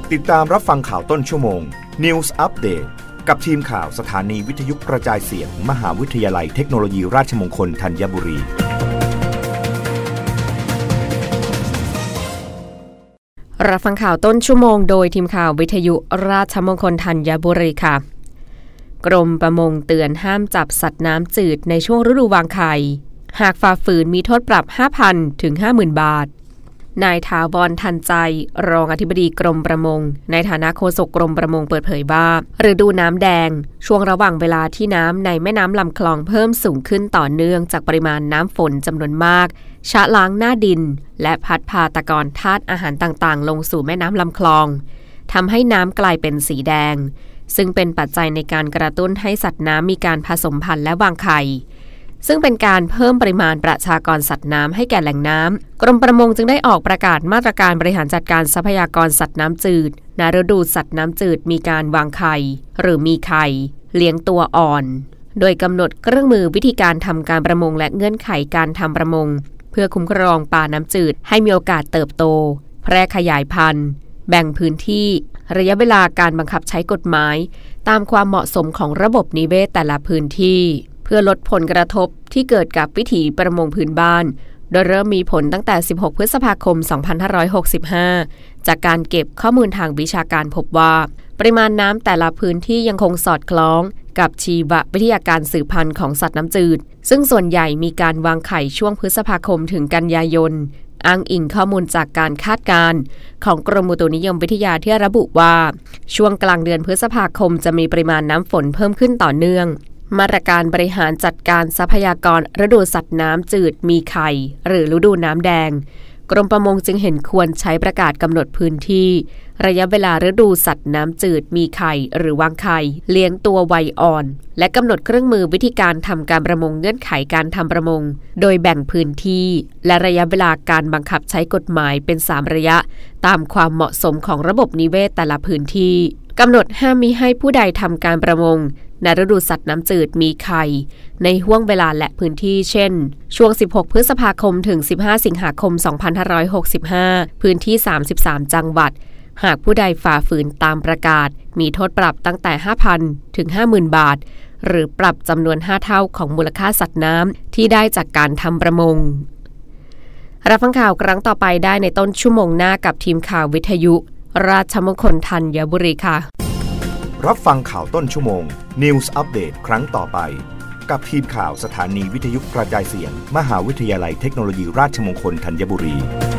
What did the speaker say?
ติดตามรับฟังข่าวต้นชั่วโมง News Update กับทีมข่าวสถานีวิทยุกระจายเสียง มหาวิทยาลัยเทคโนโลยีราชมงคลธัญบุรีรับฟังข่าวต้นชั่วโมงโดยทีมข่าววิทยุราชมงคลธัญบุรีค่ะกรมประมงเตือนห้ามจับสัตว์น้ำจืดในช่วงฤดูวางไข่หากฝ่าฝืนมีโทษปรับ 5,000 ถึง 50,000 บาทนายถาวรทันใจรองอธิบดีกรมประมงในฐานะโฆษกกรมประมงเปิดเผยว่าฤดูน้ำแดงช่วงระหว่างเวลาที่น้ำในแม่น้ำลำคลองเพิ่มสูงขึ้นต่อเนื่องจากปริมาณน้ำฝนจำนวนมากชะล้างหน้าดินและพัดพาตะกอนธาตุอาหารต่างๆลงสู่แม่น้ำลำคลองทำให้น้ำกลายเป็นสีแดงซึ่งเป็นปัจจัยในการกระตุ้นให้สัตว์น้ำมีการผสมพันธุ์และวางไข่ซึ่งเป็นการเพิ่มปริมาณประชากรสัตว์น้ำให้แก่แหล่งน้ำกรมประมงจึงได้ออกประกาศมาตรการบริหารจัดการทรัพยากรสัตว์น้ำจืดณฤดูสัตว์น้ำจืดมีการวางไข่หรือมีไข่เลี้ยงตัวอ่อนโดยกำหนดเครื่องมือวิธีการทำการประมงและเงื่อนไขการทำประมงเพื่อคุ้มครองปลาน้ำจืดให้มีโอกาสเติบโตแพร่ขยายพันธุ์แบ่งพื้นที่ระยะเวลาการบังคับใช้กฎหมายตามความเหมาะสมของระบบนิเวศแต่ละพื้นที่เพื่อลดผลกระทบที่เกิดกับวิถีประมงพื้นบ้านโดยเริ่มมีผลตั้งแต่ 16 พฤษภาคม 2565 จากการเก็บข้อมูลทางวิชาการพบว่าปริมาณน้ำแต่ละพื้นที่ยังคงสอดคล้องกับชีววิทยาการสืบพันธุ์ของสัตว์น้ำจืดซึ่งส่วนใหญ่มีการวางไข่ช่วงพฤษภาคมถึงกันยายนอ้างอิงข้อมูลจากการคาดการณ์ของกรมอุตุนิยมวิทยาที่ระบุว่าช่วงกลางเดือนพฤษภาคมจะมีปริมาณน้ำฝนเพิ่มขึ้นต่อเนื่องมาตรการบริหารจัดการทรัพยากรฤดูสัตว์น้ำจืดมีไข่หรือฤดูน้ำแดงกรมประมงจึงเห็นควรใช้ประกาศกำหนดพื้นที่ระยะเวลาฤดูสัตว์น้ำจืดมีไข่หรือวางไข่เลี้ยงตัววัยอ่อนและกำหนดเครื่องมือวิธีการทำการประมงเงื่อนไขการทำประมงโดยแบ่งพื้นที่และระยะเวลาการบังคับใช้กฎหมายเป็น3ระยะตามความเหมาะสมของระบบนิเวศแต่ละพื้นที่กำหนดห้ามมิให้ผู้ใดทำการประมงในฤดูสัตว์น้ำจืดมีไข่ในห้วงเวลาและพื้นที่เช่นช่วง16 พฤษภาคมถึง15 สิงหาคม 2565 พื้นที่33จังหวัดหากผู้ใดฝ่าฝืนตามประกาศมีโทษปรับตั้งแต่ 5,000 ถึง 50,000 บาทหรือปรับจำนวน5เท่าของมูลค่าสัตว์น้ำที่ได้จากการทำประมงรับฟังข่าวครั้งต่อไปได้ในต้นชั่วโมงหน้ากับทีมข่าววิทยุราชมงคลธัญบุรีค่ะรับฟังข่าวต้นชั่วโมง News Update ครั้งต่อไปกับทีมข่าวสถานีวิทยุกระจายเสียง มหาวิทยาลัยเทคโนโลยีราชมงคลธัญบุรี